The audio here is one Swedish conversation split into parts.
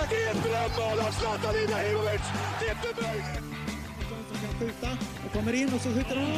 Det är ett drömmål av Zlatan Ibrahimovic. Det är inte möjligt. Som kan skjuta och kommer in och så skjuter han.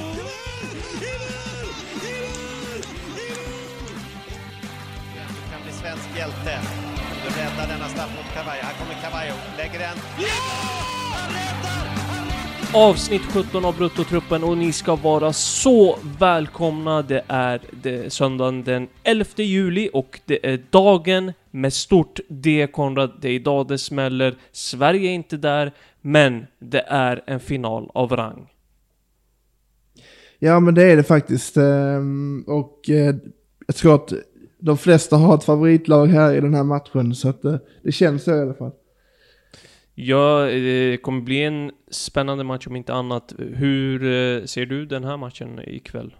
Du kan bli svensk hjälte. Du räddar denna straff mot Cavallo. Här kommer Cavallo. Lägger den. Ja! Han räddar! Avsnitt 17 av Bruttotruppen, och ni ska vara så välkomna. Det är söndagen den 11 juli och det är dagen med stort D, Konrad. Det är idag det smäller. Sverige är inte där, men det är en final av rang. Ja, men det är det faktiskt. Och jag tror att de flesta har ett favoritlag här i den här matchen, så att det känns så i alla fall. Ja, det kommer bli en spännande match om inte annat. Hur ser du den här matchen ikväll?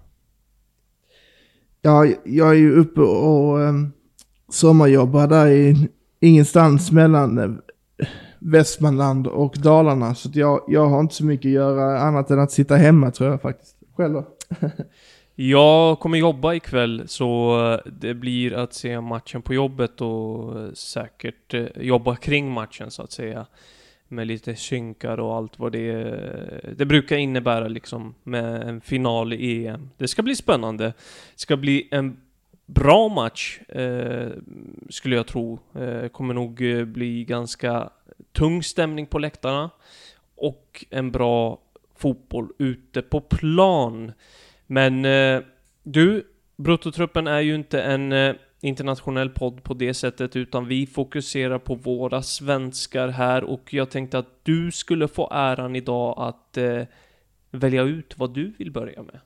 Ja, jag är ju uppe och sommarjobbar där i ingenstans mellan Västmanland och Dalarna. Så att jag har inte så mycket att göra annat än att sitta hemma, tror jag faktiskt. Själv då? Jag kommer jobba ikväll, så det blir att se matchen på jobbet och säkert jobba kring matchen så att säga. Med lite synkar och allt vad det brukar innebära liksom med en final i EM. Det ska bli spännande. Det ska bli en bra match skulle jag tro. Kommer nog bli ganska tung stämning på läktarna. Och en bra fotboll ute på plan. Men du, Bruttotruppen är ju inte en internationell podd på det sättet, utan vi fokuserar på våra svenskar här, och jag tänkte att du skulle få äran idag att välja ut vad du vill börja med.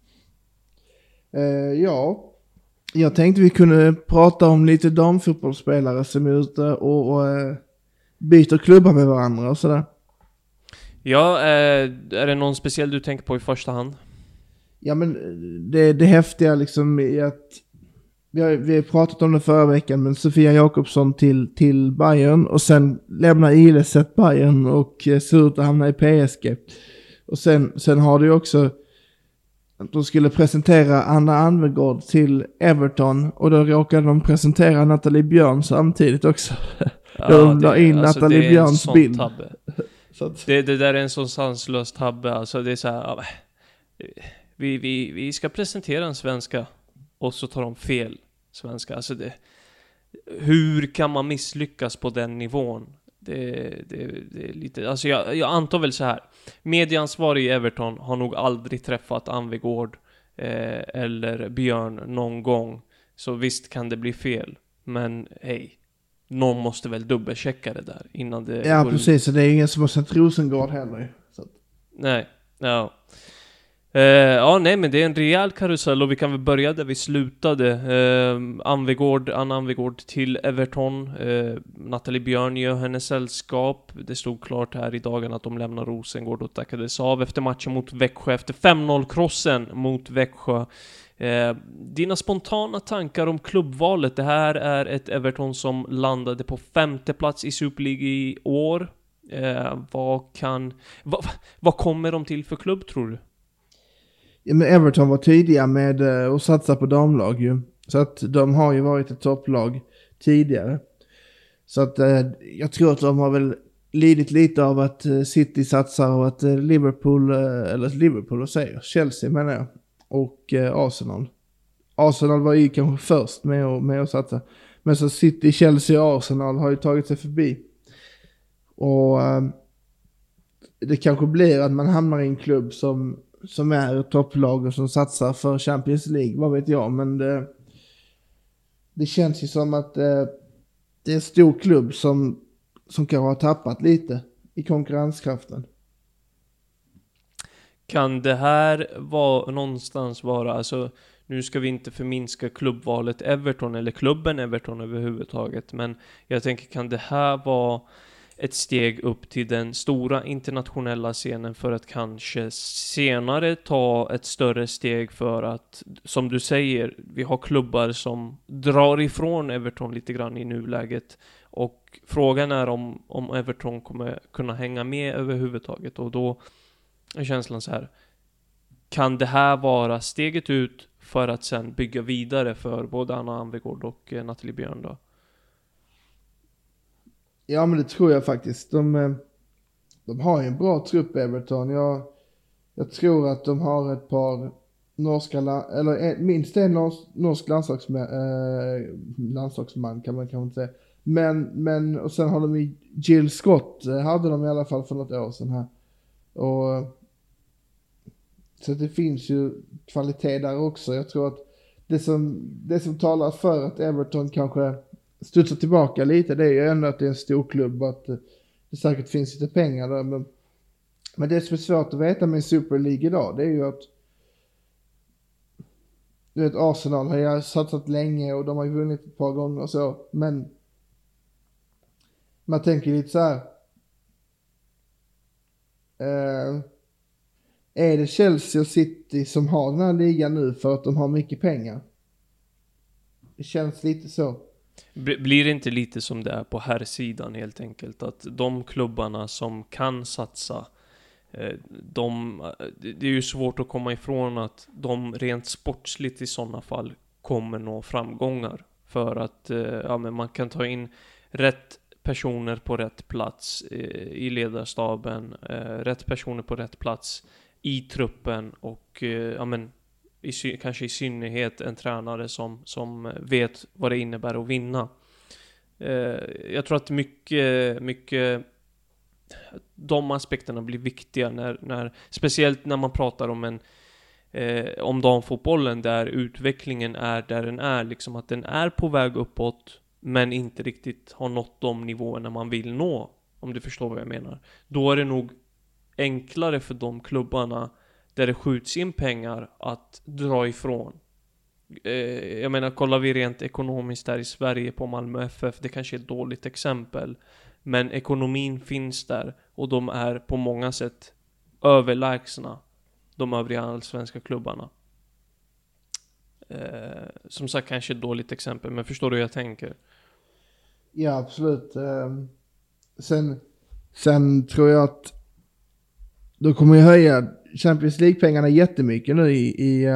Ja, jag tänkte vi kunde prata om lite damfotbollsspelare som är ute och byter klubbar med varandra och sådär. Ja, är det någon speciell du tänker på i första hand? Ja, men det häftiga liksom är att vi har pratat om det förra veckan, men Sofia Jakobsson till Bayern, och sen lämnar Ilestedt Bayern och ser ut att hamna i PSG. Och sen har det ju också att de skulle presentera Anna Anvegård till Everton, och då råkade de presentera Nathalie Björn samtidigt också. Ja, de la in alltså Nathalie Björns bild. Så att det där är en sån sanslös tabbe. Alltså det är så här, vi ska presentera en svenska och så tar de fel svenska. Alltså hur kan man misslyckas på den nivån? Det är lite, alltså jag antar väl så här. Medieansvarig i Everton har nog aldrig träffat Anvegård eller Björn någon gång. Så visst kan det bli fel. Men hej, någon måste väl dubbelchecka det där innan det. Ja, precis. Så det är ingen som har sett Rosengård heller. Så. Nej, ja. Nej, men det är en rejäl karusell, och vi kan väl börja där vi slutade. Anna Anvegård till Everton. Nathalie Björn gör hennes sällskap. Det stod klart här i dagen att de lämnar Rosengård och tackades av efter matchen mot Växjö, efter 5-0-krossen mot Växjö. Dina spontana tankar om klubbvalet? Det här är ett Everton som landade på 5:e plats i Super League i år. Vad kommer de till för klubb, tror du? Ja, men Everton var tidiga med att satsa på damlag ju. Så att de har ju varit ett topplag tidigare. Så att jag tror att de har väl lidit lite av att City satsar och att Liverpool och säger Chelsea menar jag. Och Arsenal. Arsenal var ju kanske först med att satsa. Men så City, Chelsea och Arsenal har ju tagit sig förbi. Och det kanske blir att man hamnar i en klubb som är ett topplag och som satsar för Champions League, vad vet jag. Men det känns ju som att det är en stor klubb som kan ha tappat lite i konkurrenskraften. Kan det här någonstans vara, alltså nu ska vi inte förminska klubbvalet Everton eller klubben Everton överhuvudtaget, men jag tänker, kan det här vara ett steg upp till den stora internationella scenen för att kanske senare ta ett större steg, för att, som du säger, vi har klubbar som drar ifrån Everton lite grann i nuläget, och frågan är om Everton kommer kunna hänga med överhuvudtaget, och då är känslan så här: kan det här vara steget ut för att sen bygga vidare för både Anna Anvegård och Nathalie Björn då? Ja, men det tror jag faktiskt. De har ju en bra trupp, Everton. Jag tror att de har ett par norska, eller minst en norsk landslagsman kan man kanske inte säga. Men och sen har de ju Jill Scott, hade de i alla fall för något år sedan här. Och så det finns ju kvalitet där också. Jag tror att det som talar för att Everton kanske studsar tillbaka lite, det är ju ändå att det är en stor klubb och att det säkert finns lite pengar där. Men det som är svårt att veta med Super League idag, det är ju att du vet, Arsenal har ju satsat länge och de har ju vunnit ett par gånger och så, men man tänker lite så här. Är det Chelsea och City som har den här ligan nu för att de har mycket pengar? Det känns lite så. Blir det inte lite som det är på här sidan helt enkelt? Att de klubbarna som kan satsa, det är ju svårt att komma ifrån att de rent sportsligt i sådana fall kommer nå framgångar. För att men man kan ta in rätt personer på rätt plats i ledarstaben, rätt personer på rätt plats i truppen och kanske i synnerhet en tränare som vet vad det innebär att vinna. Jag tror att mycket de aspekterna blir viktiga när speciellt när man pratar om om damfotbollen där utvecklingen är där den är, liksom att den är på väg uppåt men inte riktigt har nått de nivåerna man vill nå, om du förstår vad jag menar. Då är det nog enklare för de klubbarna där det skjuts in pengar att dra ifrån. Jag menar, kollar vi rent ekonomiskt där i Sverige på Malmö FF, det kanske är ett dåligt exempel, men ekonomin finns där och de är på många sätt överlägsna de övriga allsvenska klubbarna. Som sagt, kanske ett dåligt exempel, men förstår du hur jag tänker? Ja, absolut. Sen tror jag att de kommer ju höja Champions League-pengarna jättemycket nu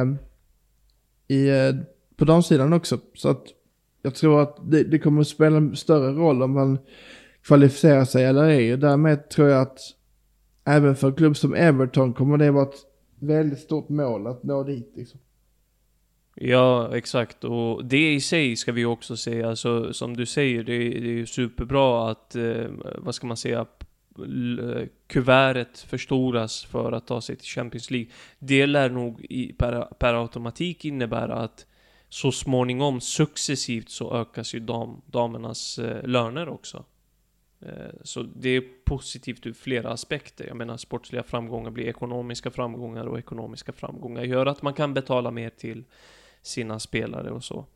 på damsidan också. Så att jag tror att det kommer att spela en större roll om man kvalificerar sig eller ej. Och därmed tror jag att även för en klubb som Everton kommer det vara ett väldigt stort mål att nå dit liksom. Ja, exakt. Och det i sig ska vi också säga, alltså, som du säger, det är ju superbra att, vad ska man säga, kuvertet förstoras för att ta sig till Champions League. Det lär nog per automatik innebära att så småningom successivt så ökas ju damernas löner också. Så det är positivt ur flera aspekter. Jag menar, sportsliga framgångar blir ekonomiska framgångar och ekonomiska framgångar gör att man kan betala mer till sina spelare och så.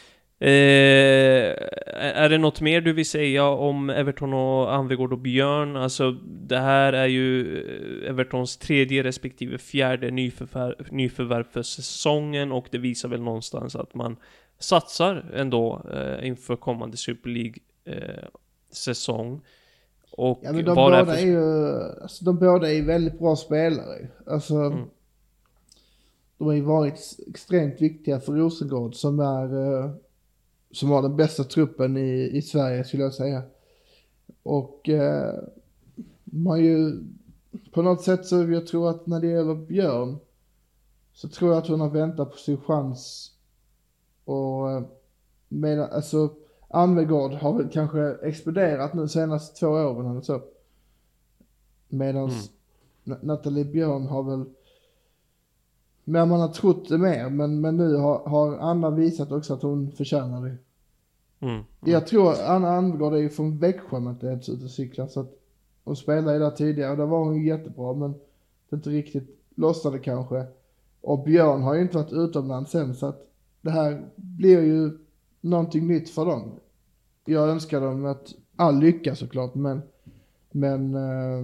Är det något mer du vill säga om Everton och Anvegård och Björn? Alltså, det här är ju Evertons 3:e respektive 4:e nyförvärv för säsongen, och det visar väl någonstans att man satsar ändå inför kommande Super League säsong. Och ja, men de båda är väldigt bra spelare. Alltså, de har ju varit extremt viktiga för Rosengård som har den bästa truppen i Sverige, skulle jag säga. Och man ju på något sätt, så jag tror att när det gäller Björn så tror jag att hon har väntat på sin chans, och alltså Anvegård har väl kanske exploderat nu senaste 2 åren eller så. Medan Nathalie Björn har väl, men man har trott det mer, men nu har Anna visat också att hon förtjänar det. Jag tror Anna Anvegård är ju från Växjö, men inte helt ute och cykla, så att hon spelade där tidigare och där var hon ju jättebra, men det inte riktigt lossade kanske. Och Björn har ju inte varit utomlands sen, så att det här blir ju någonting nytt för dem. Jag önskar dem att all lycka såklart, men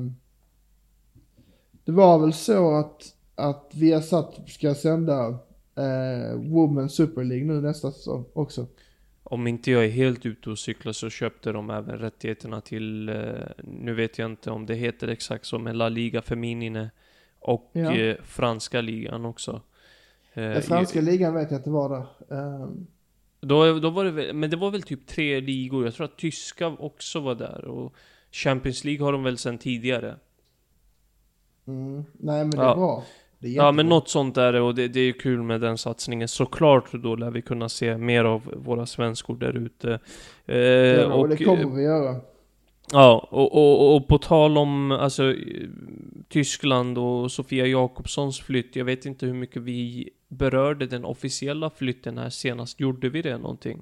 det var väl så att Viasat ska sända Women's Super League nu nästa säsong också. Om inte jag är helt ute och cyklar så köpte de även rättigheterna till, nu vet jag inte om det heter exakt så, men La Liga Feminine och franska ligan också. Den franska ligan vet jag inte var där. Då var det väl, men det var väl typ 3 ligor. Jag tror att tyska också var där. Och Champions League har de väl sedan tidigare. Nej, men det är bra. Det är ja, men något sånt är det. Och det är ju kul med den satsningen. Såklart då lär vi kunna se mer av våra svenskor där ute. Och det kommer vi göra. Ja, och på tal om alltså, Tyskland och Sofia Jakobssons flytt. Jag vet inte hur mycket vi berörde den officiella flytten här senast. Gjorde vi det någonting?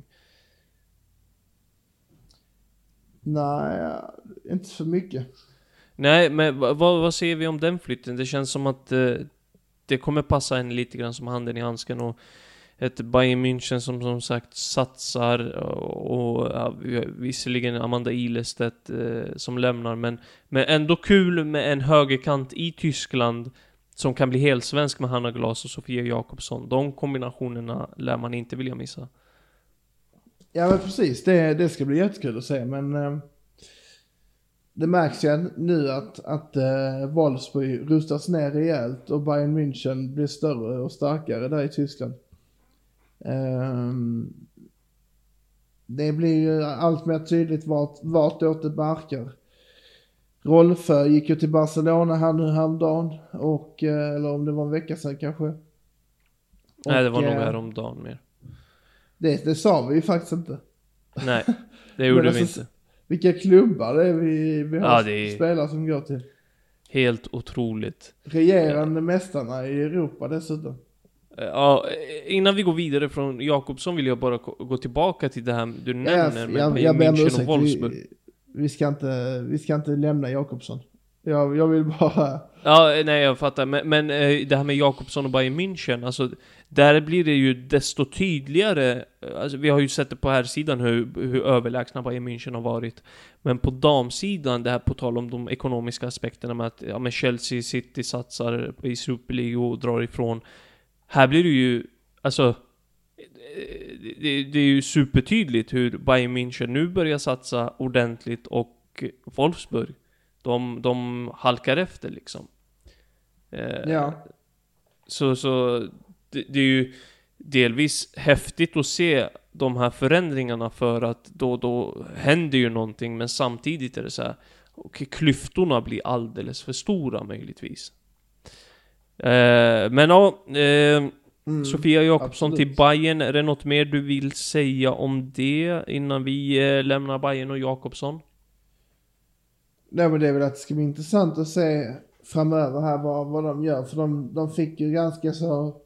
Nej, inte så mycket. Nej, men vad säger vi om den flytten? Det känns som att det kommer passa en lite grann som handen i handsken. Och ett Bayern München som sagt satsar. Och visserligen Amanda Ilestedt som lämnar. Men ändå kul med en högerkant i Tyskland som kan bli helt svensk med Hanna Glas och Sofia Jakobsson. De kombinationerna lär man inte vilja missa. Ja, men precis. Det ska bli jättekul att se. Men det märks ju nu att Wolfsburg rustas ner rejält och Bayern München blir större och starkare där i Tyskland. Det blir ju allt mer tydligt vartåt det barkar. Rolfö gick ju till Barcelona här nu häromdagen, eller om det var en vecka sedan kanske. Nej, det var nog häromdagen mer. Det sa vi ju faktiskt inte. Nej, det gjorde vi inte. Vilka klubbar det är vi har det spelare som går till. Helt otroligt. Regerande mästarna i Europa dessutom. Ja, innan vi går vidare från Jakobsson vill jag bara gå tillbaka till det här du nämner med Bayern München och Wolfsburg. Vi ska inte lämna Jakobsson. Jag vill bara... Ja, nej jag fattar. Men det här med Jakobsson och Bayern München, alltså där blir det ju desto tydligare. Alltså, vi har ju sett det på här sidan hur överlägsna Bayern München har varit. Men på damsidan, det här på tal om de ekonomiska aspekterna med att med Chelsea City satsar i Super League och drar ifrån. Här blir det ju, alltså det är ju supertydligt hur Bayern München nu börjar satsa ordentligt och Wolfsburg, de halkar efter liksom. Ja. Så det är ju delvis häftigt att se de här förändringarna, för att då händer ju någonting, men samtidigt är det så här, klyftorna blir alldeles för stora möjligtvis. Men ja, Sofia Jakobsson absolut. till Bayern, är det något mer du vill säga om det innan vi lämnar Bayern och Jakobsson? Nej, men det är väl att det ska bli intressant att se framöver här vad de gör, för de fick ju ganska så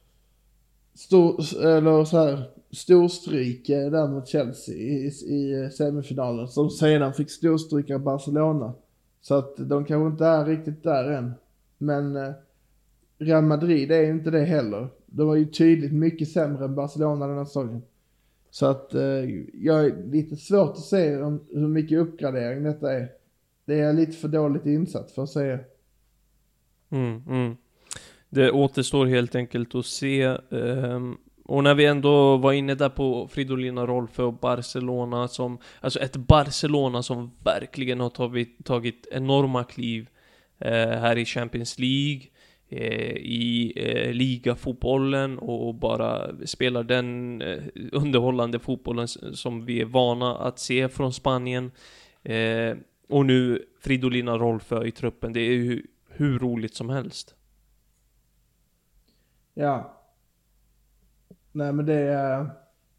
storstryk där mot Chelsea i semifinalen, som sedan fick storstryk av Barcelona, så att de kanske inte är riktigt där än, men Real Madrid är inte det heller. Det var ju tydligt mycket sämre än Barcelona den här säsongen. Så att jag är lite svårt att se hur mycket uppgradering detta är. Det är lite för dåligt insatt för att säga. Det återstår helt enkelt att se. Och när vi ändå var inne där på Fridolina Rolfö och Barcelona, alltså ett Barcelona som verkligen har tagit enorma kliv här i Champions League, i ligafotbollen, och bara spelar den underhållande fotbollen som vi är vana att se från Spanien. Och nu Fridolina Rolfö i truppen. Det är ju hur roligt som helst. Ja. Nej, men det är...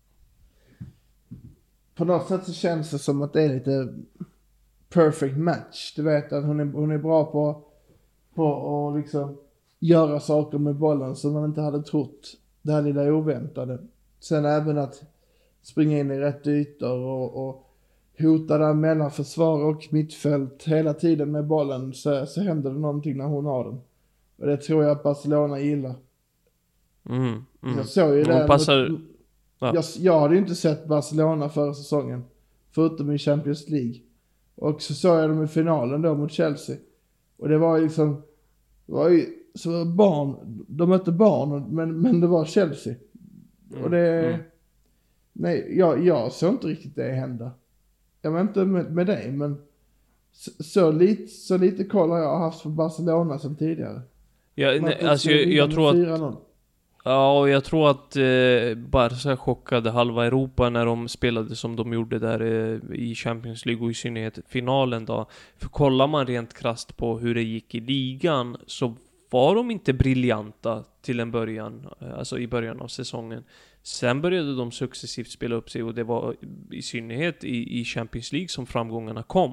På något sätt så känns det som att det är lite perfect match. Du vet att hon är bra på att liksom göra saker med bollen som man inte hade trott. Det här lilla oväntade. Sen även att springa in i rätt ytor och hota där mellan försvar och mittfält hela tiden med bollen, så händer det någonting när hon har den. Och det tror jag att Barcelona gillar. Jag såg ju det. Jag hade ju inte sett Barcelona förra säsongen, förutom i Champions League. Och så såg jag dem i finalen då mot Chelsea. Och det var liksom, så barn, de mötte barn, men det var Chelsea. Och det nej, jag såg inte riktigt det hända. Jag vet inte med dig, men så lite koll har jag haft för Barcelona som tidigare. Ja, nej, alltså jag tror att Ja, och jag tror att Barca chockade halva Europa när de spelade som de gjorde där i Champions League och i synnerhet finalen då. För kollar man rent krasst på hur det gick i ligan så var de inte briljanta till en början, alltså i början av säsongen. Sen började de successivt spela upp sig och det var i synnerhet i Champions League som framgångarna kom.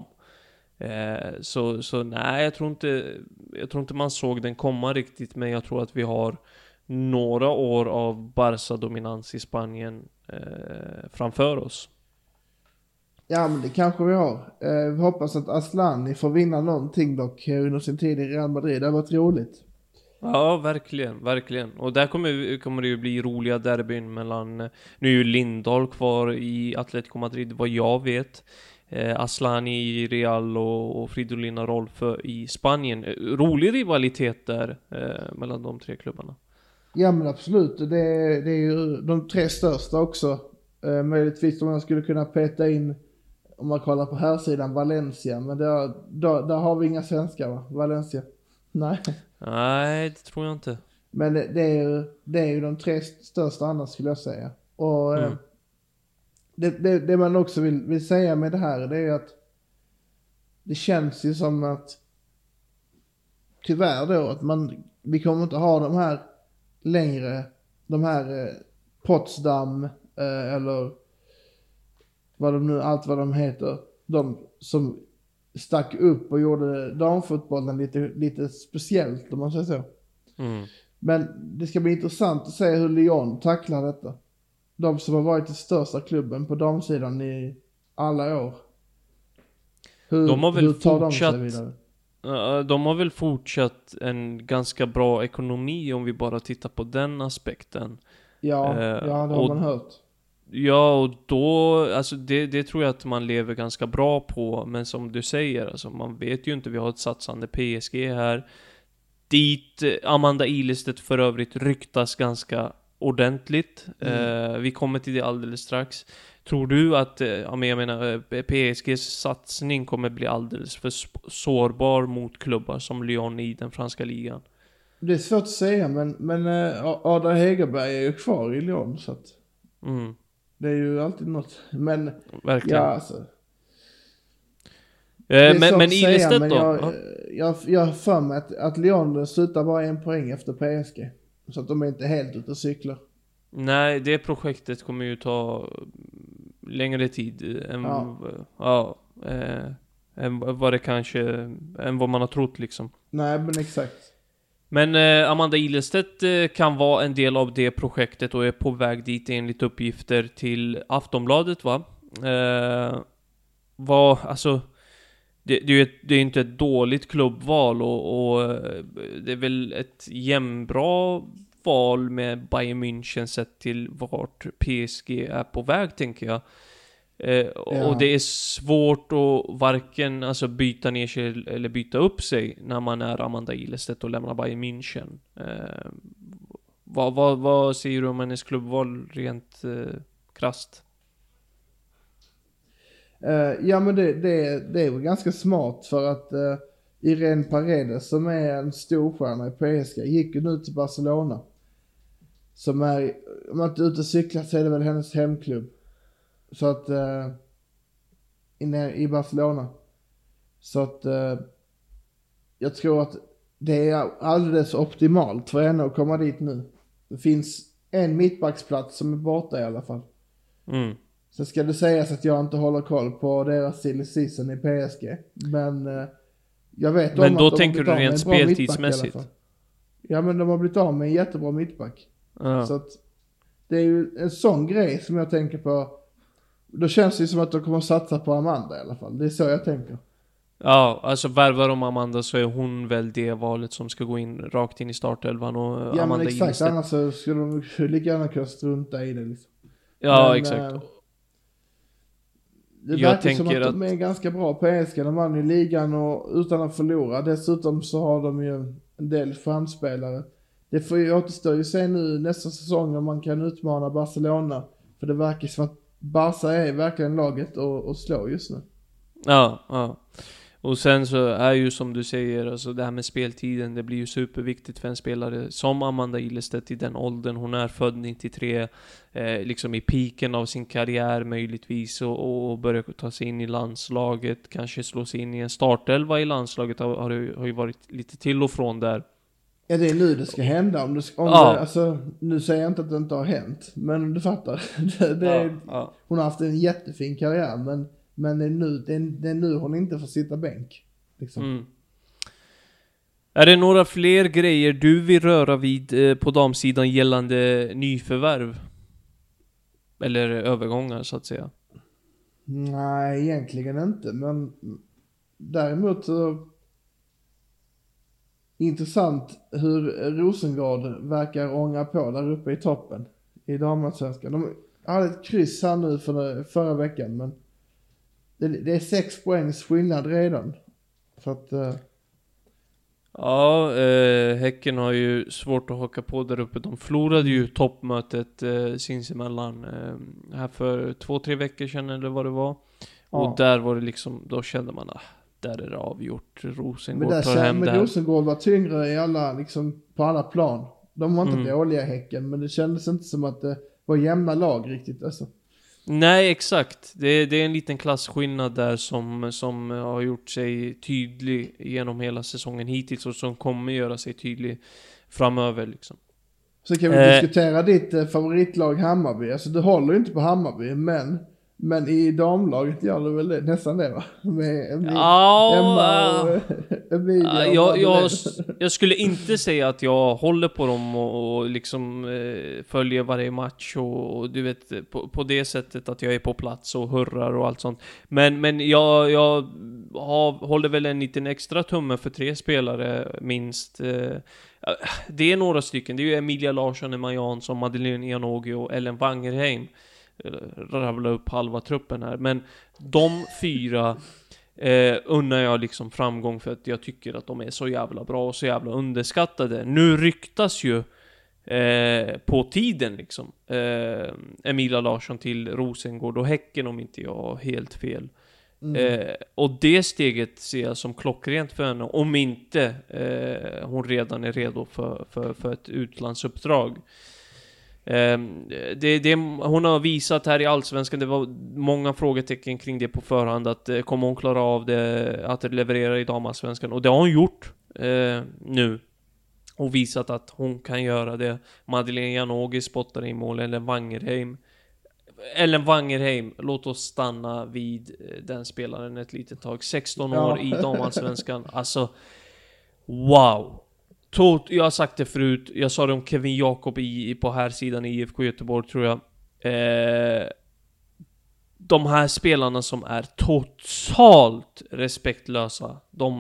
Så nej, jag tror inte man såg den komma riktigt, men jag tror att vi har några år av Barca-dominans i Spanien framför oss. Ja, men det kanske vi har. Vi hoppas att Aslani får vinna någonting dock under sin tid i Real Madrid. Det har varit roligt. Ja, verkligen. Och där kommer det ju bli roliga derbyn mellan... Nu är ju Lindahl kvar i Atletico Madrid, vad jag vet. Aslani i Real och Fridolina Rolf i Spanien. Rolig rivalitet där mellan de tre klubbarna. Ja, men absolut. Det är ju de tre största också. Möjligtvis om man skulle kunna peta in, om man kollar på här sidan, Valencia. Men där har vi inga svenskar, va? Valencia. Nej, det tror jag inte. Men det är ju de tre största annars, skulle jag säga. Och det man också vill säga med det här, det är ju att det känns ju som att tyvärr då att vi kommer inte ha de här längre, de här Potsdam eller allt vad de heter, de som stack upp och gjorde damfotbollen lite speciellt, om man säger så. Men det ska bli intressant att se hur Lyon tacklar detta. De som har varit den största klubben på damsidan i alla år. De har väl fortsatt, vidare? De har väl fortsatt en ganska bra ekonomi om vi bara tittar på den aspekten. Ja, det har man hört. Ja, och då, alltså det tror jag att man lever ganska bra på. Men som du säger, alltså man vet ju inte, vi har ett satsande PSG här. Dit Amanda Ilestedt för övrigt ryktas ganska ordentligt. Vi kommer till det alldeles strax. Tror du att PSGs satsning kommer bli alldeles för sårbar mot klubbar som Lyon i den franska ligan? Det är svårt att säga, men Ada Hegerberg är ju kvar i Lyon, så att det är ju alltid något. Men verkligen. Ja, alltså. Men Ilestedt då? Jag har för mig att Lyon slutar bara 1 poäng efter PSG. Så att de är inte helt ute och cyklar. Nej, det projektet kommer ju ta längre tid än vad det kanske, än vad man har trott liksom. Nej, men exakt. Men Amanda Ilestedt kan vara en del av det projektet och är på väg dit enligt uppgifter till Aftonbladet, va? Alltså det är inte ett dåligt klubbval och det är väl ett jämnbra val med Bayern München sett till vart PSG är på väg, tänker jag. Och det är svårt att varken byta ner sig eller byta upp sig när man är Amanda Ilestedt och lämnar Bayern München. Vad säger du om hennes klubbval rent krasst? Ja, men det är väl ganska smart, för att Irene Paredes, som är en storstjärna i PSG, gick ju nu till Barcelona. Som är, om man inte är ute och cyklar så är det väl hennes hemklubb. Så att inne i Barcelona. Så att jag tror att det är alldeles optimalt för henne att komma dit nu. Det finns en mittbacksplats som är borta i alla fall. Så ska det sägas att jag inte håller koll på deras silly season i PSG. Men jag vet om att då tänker du rent speltidsmässigt? Ja, men de har blivit av med en jättebra mittback. Så att det är ju en sån grej som jag tänker på. Då känns det som att de kommer satsa på Amanda i alla fall. Det är så jag tänker. Ja, alltså värvar om Amanda så är hon väl det valet som ska gå in rakt in i startelvan. Och ja, Amanda, men exakt. Annars så skulle de lika gärna kunna strunta i det liksom. Ja, men, exakt. Det verkar som att de är ganska bra på PSG. De vann i ligan och utan att förlora. Dessutom så har de ju en del framspelare. Det får ju återstå ju se nu nästa säsong om man kan utmana Barcelona. För det verkar som att Barca är verkligen laget att slå just nu. Ja. Och sen så är ju som du säger, alltså det här med speltiden, det blir ju superviktigt för en spelare som Amanda Ilestedt i den åldern. Hon är född 93, liksom i piken av sin karriär möjligtvis, och börjar ta sig in i landslaget, kanske slå sig in i en startelva i landslaget, har ju varit lite till och från där. Ja, det är nu det ska hända. Alltså, nu säger jag inte att det inte har hänt, men du fattar. Hon har haft en jättefin karriär, men det är nu hon inte får sitta bänk. Liksom. Är det några fler grejer du vill röra vid på damsidan gällande nyförvärv? Eller övergångar så att säga? Nej, egentligen inte. Men däremot så intressant hur Rosengård verkar ånga på där uppe i toppen i damallsvenskan. De hade ett kryss här nu förra veckan, men det är 6 poängs skillnad redan. Så att ja, Häcken har ju svårt att haka på där uppe. De förlorade ju toppmötet sinsemellan här för 2-3 veckor sedan eller vad det var. Ja. Och där var det liksom, då kände man där är det avgjort. Rosengård tar hem det här. Rosengård var tyngre i alla, liksom, på alla plan. De var inte dåliga Häcken, men det kändes inte som att det var jämna lag riktigt alltså. Nej, exakt. Det är en liten klassskillnad där som har gjort sig tydlig genom hela säsongen hittills och som kommer göra sig tydlig framöver liksom. Så kan vi diskutera ditt favoritlag Hammarby. Alltså du håller ju inte på Hammarby, men i damlaget gör du väl nästan det va? Jag skulle inte säga att jag håller på dem och liksom följer varje match och du vet på det sättet att jag är på plats och hurrar och allt sånt. Men jag håller väl en liten extra tumme för 3 spelare minst. Det är några stycken. Det är ju Emilia Larsson, Emma Jansson, Madeleine Janogy och Ellen Wangerheim. Ravla upp halva truppen här. Men de 4 unnar jag liksom framgång för att jag tycker att de är så jävla bra och så jävla underskattade. Nu ryktas ju på tiden liksom Emilia Larsson till Rosengård och Häcken om inte jag har helt fel. Och det steget ser jag som klockrent för henne om inte hon redan är redo för ett utlandsuppdrag. Hon har visat här i Allsvenskan, det var många frågetecken kring det på förhand, att kommer hon klara av det, att leverera i damallsvenskan, och det har hon gjort nu och visat att hon kan göra det. Madeleine Janogy spottar i mål, Ellen Wangerheim, låt oss stanna vid den spelaren ett litet tag. 16 år i damallsvenskan, alltså wow. Jag har sagt det förut. Jag sa det om Kevin Jakob på här sidan i IFK Göteborg, tror jag. De här spelarna som är totalt respektlösa.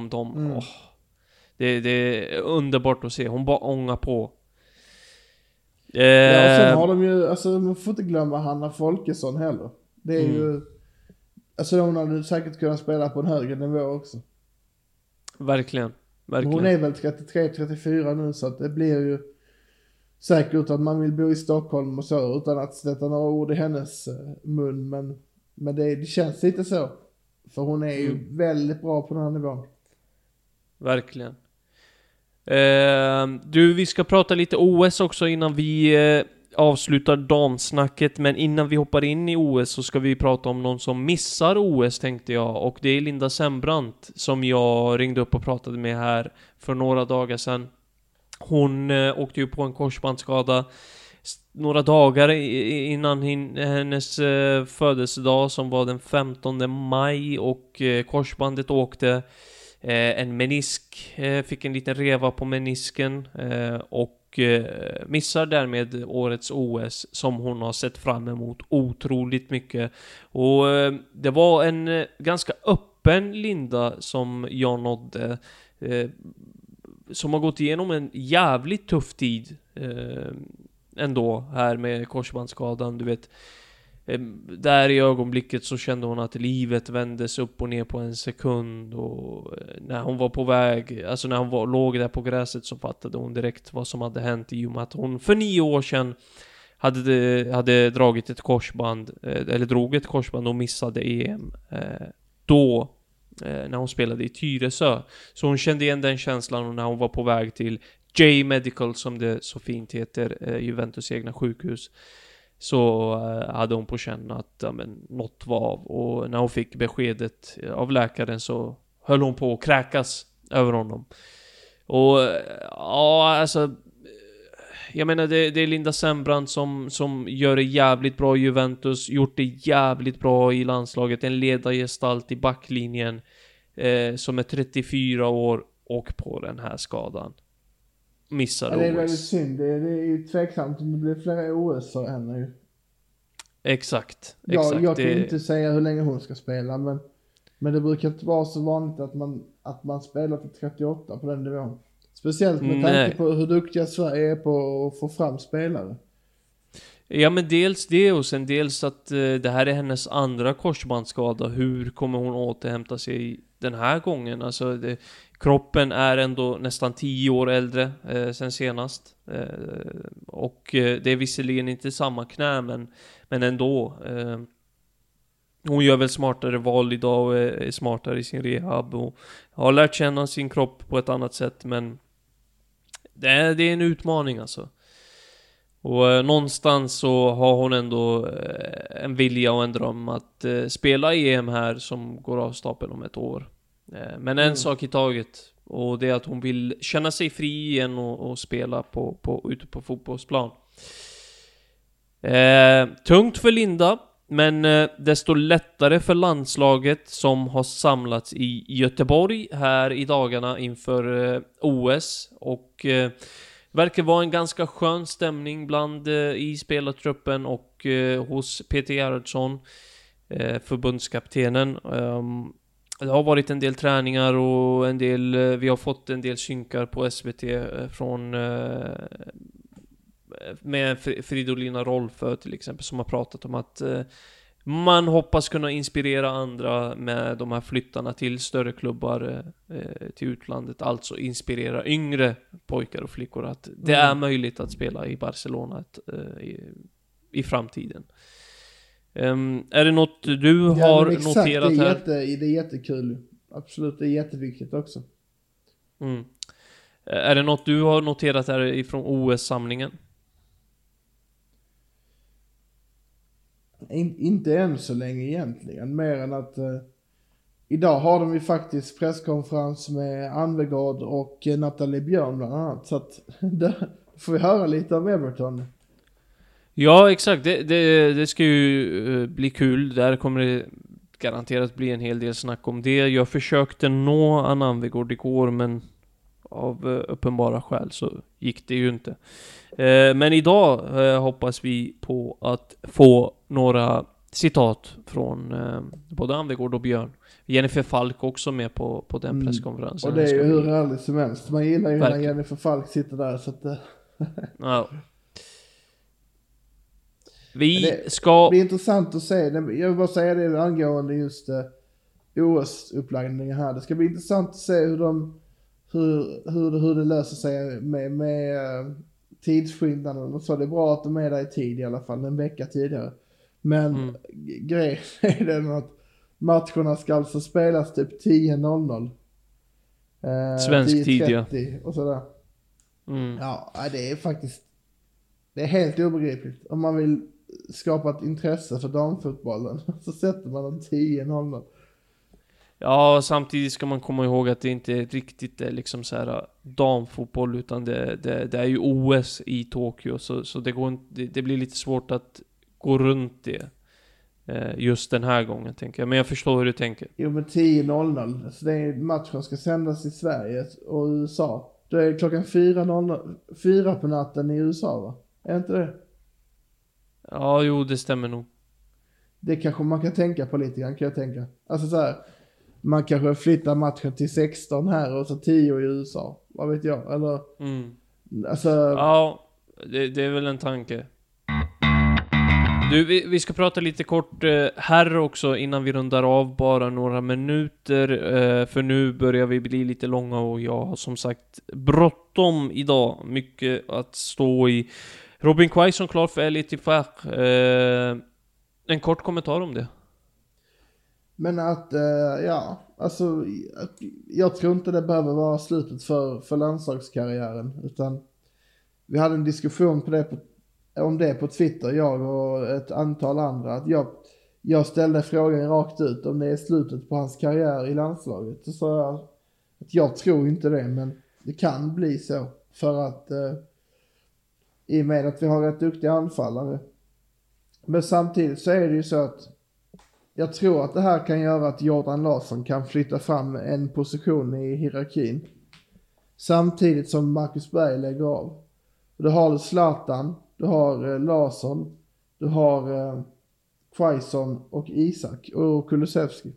Det är underbart att se. Hon bara ångar på. Ja, och sen har de ju, alltså man får inte glömma Hanna Folkesson heller. Det är ju, alltså hon hade säkert kunnat spela på en högre nivå också. Verkligen. Hon är väl 33-34 nu, så att det blir ju säkert att man vill bo i Stockholm och så, utan att sätta några ord i hennes mun, men det känns lite så, för hon är ju väldigt bra på den här nivån. Verkligen. Vi ska prata lite OS också innan vi avslutar damsnacket, men innan vi hoppar in i OS så ska vi prata om någon som missar OS, tänkte jag, och det är Linda Sembrant som jag ringde upp och pratade med här för några dagar sedan. Hon åkte ju på en korsbandsskada några dagar innan hennes födelsedag, som var den 15 maj, och korsbandet åkte. En menisk, fick en liten reva på menisken och missar därmed årets OS, som hon har sett fram emot otroligt mycket. Och det var en ganska öppen Linda som jag nådde, som har gått igenom en jävligt tuff tid ändå här med korsbandsskadan, du vet. Där i ögonblicket så kände hon att livet vändes upp och ner på en sekund, och när hon var på väg, alltså när hon låg där på gräset, så fattade hon direkt vad som hade hänt, i och med att hon för 9 år sedan hade dragit ett korsband, eller drog ett korsband och missade EM. Då när hon spelade i Tyresö. Så hon kände igen den känslan när hon var på väg till J Medical, som det så fint heter, Juventus egna sjukhus. Så hade hon på känn att något var av. Och när hon fick beskedet av läkaren så höll hon på att kräkas över honom. Och ja, alltså, jag menar det är Linda Sembrant som gör det jävligt bra i Juventus, gjort det jävligt bra i landslaget, en ledargestalt i backlinjen, som är 34 år och på den här skadan missar OS. Det är väldigt synd, det är ju tveksamt om det blir flera OS för henne ju. Exakt. Jag kan inte säga hur länge hon ska spela, men det brukar inte vara så vanligt att man spelar till 38 på den nivån. Speciellt med tanke på hur duktiga Sverige är på att få fram spelare. Ja, men dels det, och sen dels att det här är hennes andra korsbandsskada. Hur kommer hon återhämta sig den här gången? Alltså kroppen är ändå nästan 10 år äldre sen senast. Och det är visserligen inte samma knä, men ändå. Hon gör väl smartare val idag och är smartare i sin rehab och har lärt känna sin kropp på ett annat sätt, men det är en utmaning alltså. Och någonstans så har hon ändå en vilja och en dröm att spela EM här som går av stapeln om ett år. Men en sak i taget, och det är att hon vill känna sig fri igen och spela ute på fotbollsplan. Tungt för Linda, men desto lättare för landslaget som har samlats i Göteborg här i dagarna inför OS. Och verkar vara en ganska skön stämning bland i spelartruppen och hos Peter Gerhardsson, förbundskaptenen. Det har varit en del träningar och vi har fått en del synkar på SVT från med Fridolina Rolfö till exempel, som har pratat om att man hoppas kunna inspirera andra med de här flyttarna till större klubbar till utlandet, alltså inspirera yngre pojkar och flickor att det är möjligt att spela i Barcelona i framtiden. Är det något du har noterat här? Det är jättekul. Absolut, det är jätteviktigt också. Är det något du har noterat här ifrån OS-samlingen? Inte än så länge egentligen, mer än att idag har de ju faktiskt presskonferens med Anvegård och Nathalie Björn bland annat, så att där får vi höra lite om Everton. Ja, exakt. Det ska ju bli kul. Där kommer det garanterat bli en hel del snack om det. Jag försökte nå Anna Anvegård igår, men av uppenbara skäl så gick det ju inte. Men idag hoppas vi på att få några citat från både Anvegård och Björn. Jennifer Falk också med på den presskonferensen. Och det är ju hur härligt som helst. Man gillar ju när Jennifer Falk sitter där, så att ja. Det blir intressant att se. Jag vill bara säga det angående just OS-upplaggningen här. Det ska bli intressant att se hur det löser sig med tidsskillnaden och så. Det är bra att de är där i tid i alla fall, en vecka tidigare. Men grejen är den att matcherna ska alltså spelas typ 10:00. Svensk tid, ja. Och sådär. Ja, det är faktiskt, det är helt obegripligt. Om man vill skapa ett intresse för damfotbollen så sätter man dem 10:00. Ja, samtidigt ska man komma ihåg att det inte riktigt är liksom så här damfotboll, utan det är ju OS i Tokyo, så det blir lite svårt att gå runt det just den här gången, tänker jag. Men jag förstår hur du tänker. Jo, men 10:00, så det är matchen ska sändas i Sverige och USA. Då är det klockan 4 på natten i USA, va? Är inte det? Ja, jo, det stämmer nog. Det kanske man kan tänka på lite grann, kan jag tänka. Alltså så här, man kanske flyttar matchen till 16 här och så 10 i USA. Vad vet jag? Eller alltså, ja, det är väl en tanke. Du, vi ska prata lite kort här också innan vi rundar av, bara några minuter, för nu börjar vi bli lite långa och jag har som sagt bråttom idag, mycket att stå i. Robin Quaison klar för El Ittifaq. En kort kommentar om det. Men att, alltså jag tror inte det behöver vara slutet för landslagskarriären, utan vi hade en diskussion om det på Twitter, jag och ett antal andra, att jag ställde frågan rakt ut om det är slutet på hans karriär i landslaget. Så sa jag att jag tror inte det, men det kan bli så, för att i och med att vi har rätt duktiga anfallare. Men samtidigt så är det ju så att jag tror att det här kan göra att Jordan Larsson kan flytta fram en position i hierarkin. Samtidigt som Marcus Berg lägger av. Och då har du Zlatan, du har Larsson, du har Quaison och Isak och Kulusevski.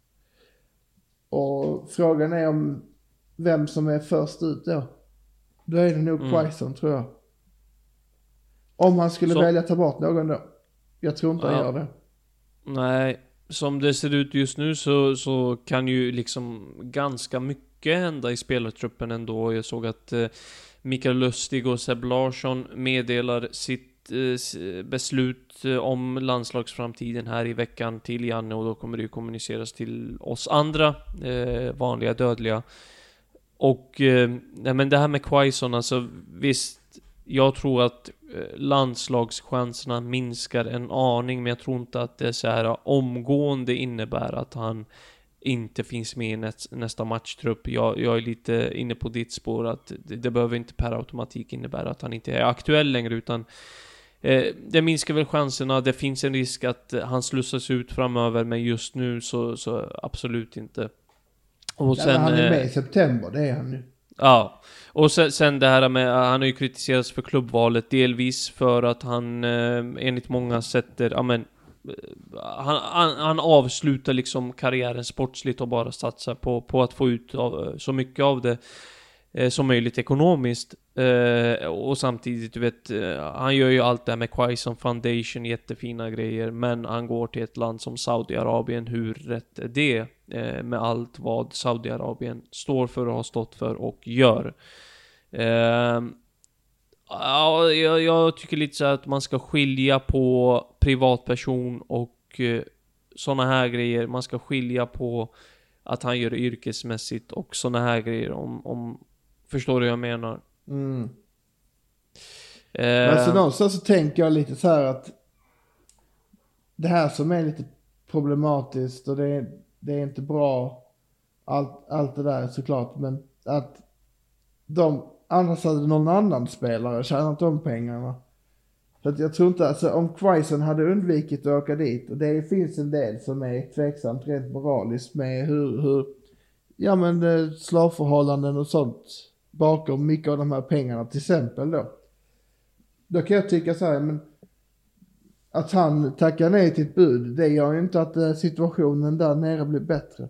Och frågan är om vem som är först ut då. Då är det nog Quaison, tror jag. Om han skulle välja ta bort någon då. Jag tror inte han gör det. Nej, som det ser ut just nu så kan ju liksom ganska mycket hända i spelartruppen ändå. Jag såg att Mikael Lustig och Seb Larsson meddelar sitt beslut om landslagsframtiden här i veckan till Janne, och då kommer det ju kommuniceras till oss andra vanliga dödliga. Och men det här med Quaison, alltså visst, jag tror att landslagschanserna minskar en aning, men jag tror inte att det så här omgående innebär att han inte finns med i nästa matchtrupp. Jag är lite inne på ditt spår, att det behöver inte per automatik innebära att han inte är aktuell längre, utan det minskar väl chanserna. Det finns en risk att han slussas ut framöver, men just nu så absolut inte. Och sen, han är med i september, det är han nu. Ja, och sen det här med, han har ju kritiserats för klubbvalet, delvis för att han enligt många sätter, han avslutar liksom karriären sportsligt och bara satsar på att få ut så mycket av det som möjligt ekonomiskt. Och samtidigt, du vet, han gör ju allt det här med Quaison Foundation, jättefina grejer, men han går till ett land som Saudiarabien. Hur rätt är det med allt vad Saudiarabien står för och har stått för och gör? Jag tycker lite så att man ska skilja på privatperson och såna här grejer. Man ska skilja på att han gör det yrkesmässigt och såna här grejer, om förstår du vad jag menar? Men så någonstans så tänker jag lite så här att det här som är lite problematiskt, och det är inte bra allt det där såklart, men att annars hade någon annan spelare tjänat de pengarna. Så att jag tror inte, alltså om Quaison hade undvikit att åka dit, och det finns en del som är tveksamt rent moraliskt med hur slavförhållanden och sånt bakom mycket av de här pengarna till exempel då kan jag tycka så här, men att han tackar nej till ett bud, det gör ju inte att situationen där nere blir bättre.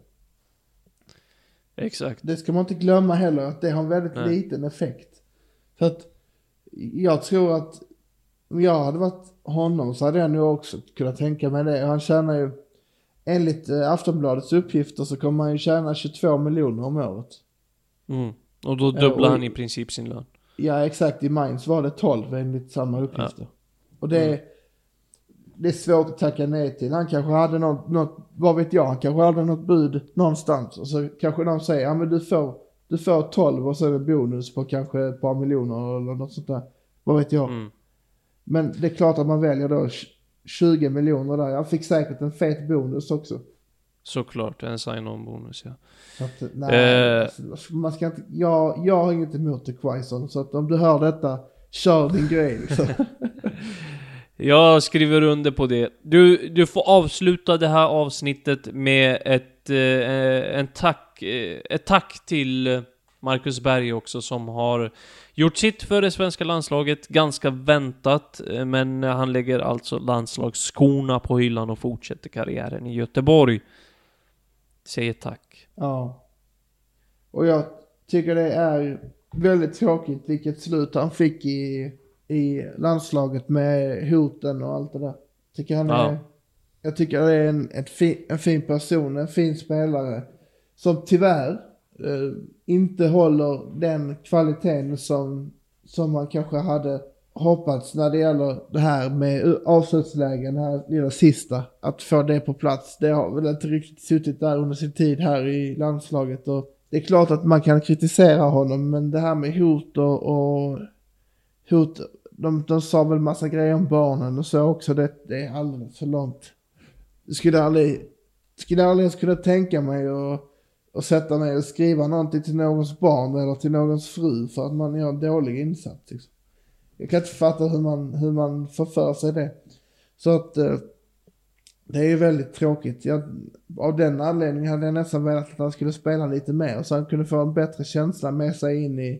Exakt. Det ska man inte glömma heller, att det har en väldigt liten effekt. För att jag tror att om jag hade varit honom så hade jag nog också kunnat tänka mig det. Han tjänar ju, enligt Aftonbladets uppgifter så kommer han ju tjäna 22 miljoner om året. Och då dubblar han i princip sin lön. Ja, exakt. I Mainz var det 12 enligt samma uppgifter. Ja. Och det är svårt att tacka nej till. Han kanske hade något, vad vet jag, han kanske hade något bud någonstans. Och så kanske de säger, ja men du får 12 och så är det bonus på kanske ett par miljoner eller något sånt där. Vad vet jag. Men det är klart att man väljer då 20 miljoner där. Jag fick säkert en fet bonus också. Såklart, en sign-on-bonus, ja. Så att, nej, man ska inte, jag har inget emot det, Quaison. Så att om du hör detta, kör din grej liksom. Jag skriver under på det. Du får avsluta det här avsnittet med ett tack till Marcus Berg också, som har gjort sitt för det svenska landslaget, ganska väntat, men han lägger alltså landslagsskorna på hyllan och fortsätter karriären i Göteborg. Säger tack. Ja. Och jag tycker det är väldigt tråkigt vilket slut han fick i landslaget med hoten och allt det där. Jag tycker det är en fin person, en fin spelare som tyvärr inte håller den kvaliteten som man kanske hade hoppats när det gäller det här med avslutslägen, här lilla sista, att få det på plats. Det har väl inte riktigt suttit där under sin tid här i landslaget, och det är klart att man kan kritisera honom, men det här med hot och hot, de sa väl massa grejer om barnen och så också, det är alldeles för långt. Jag skulle aldrig ens kunna tänka mig och sätta mig och skriva någonting till någons barn eller till någons fru för att man gör en dålig insats. Liksom. Jag kan inte fatta hur man får för sig det. Så att det är ju väldigt tråkigt. Av den anledningen hade jag nästan velat att han skulle spela lite mer, så han kunde få en bättre känsla med sig in i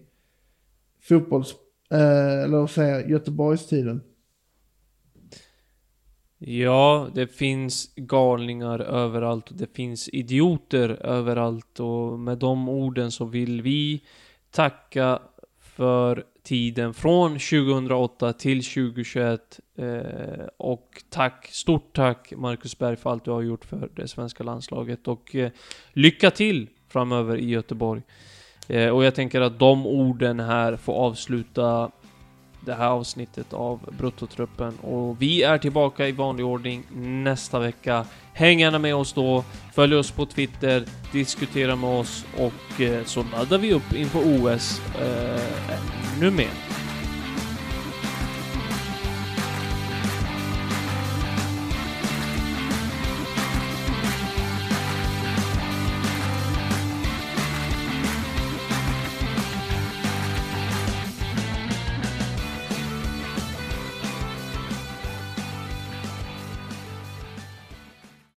Göteborgstiden. Ja, det finns galningar överallt och det finns idioter överallt, och med de orden så vill vi tacka för tiden från 2008 till 2021 och stort tack Marcus Berg för allt du har gjort för det svenska landslaget, och lycka till framöver i Göteborg. Och jag tänker att de orden här får avsluta det här avsnittet av Bruttotruppen, och vi är tillbaka i vanlig ordning nästa vecka. Häng gärna med oss då, följ oss på Twitter, diskutera med oss, och så laddar vi upp in på OS ännu mer.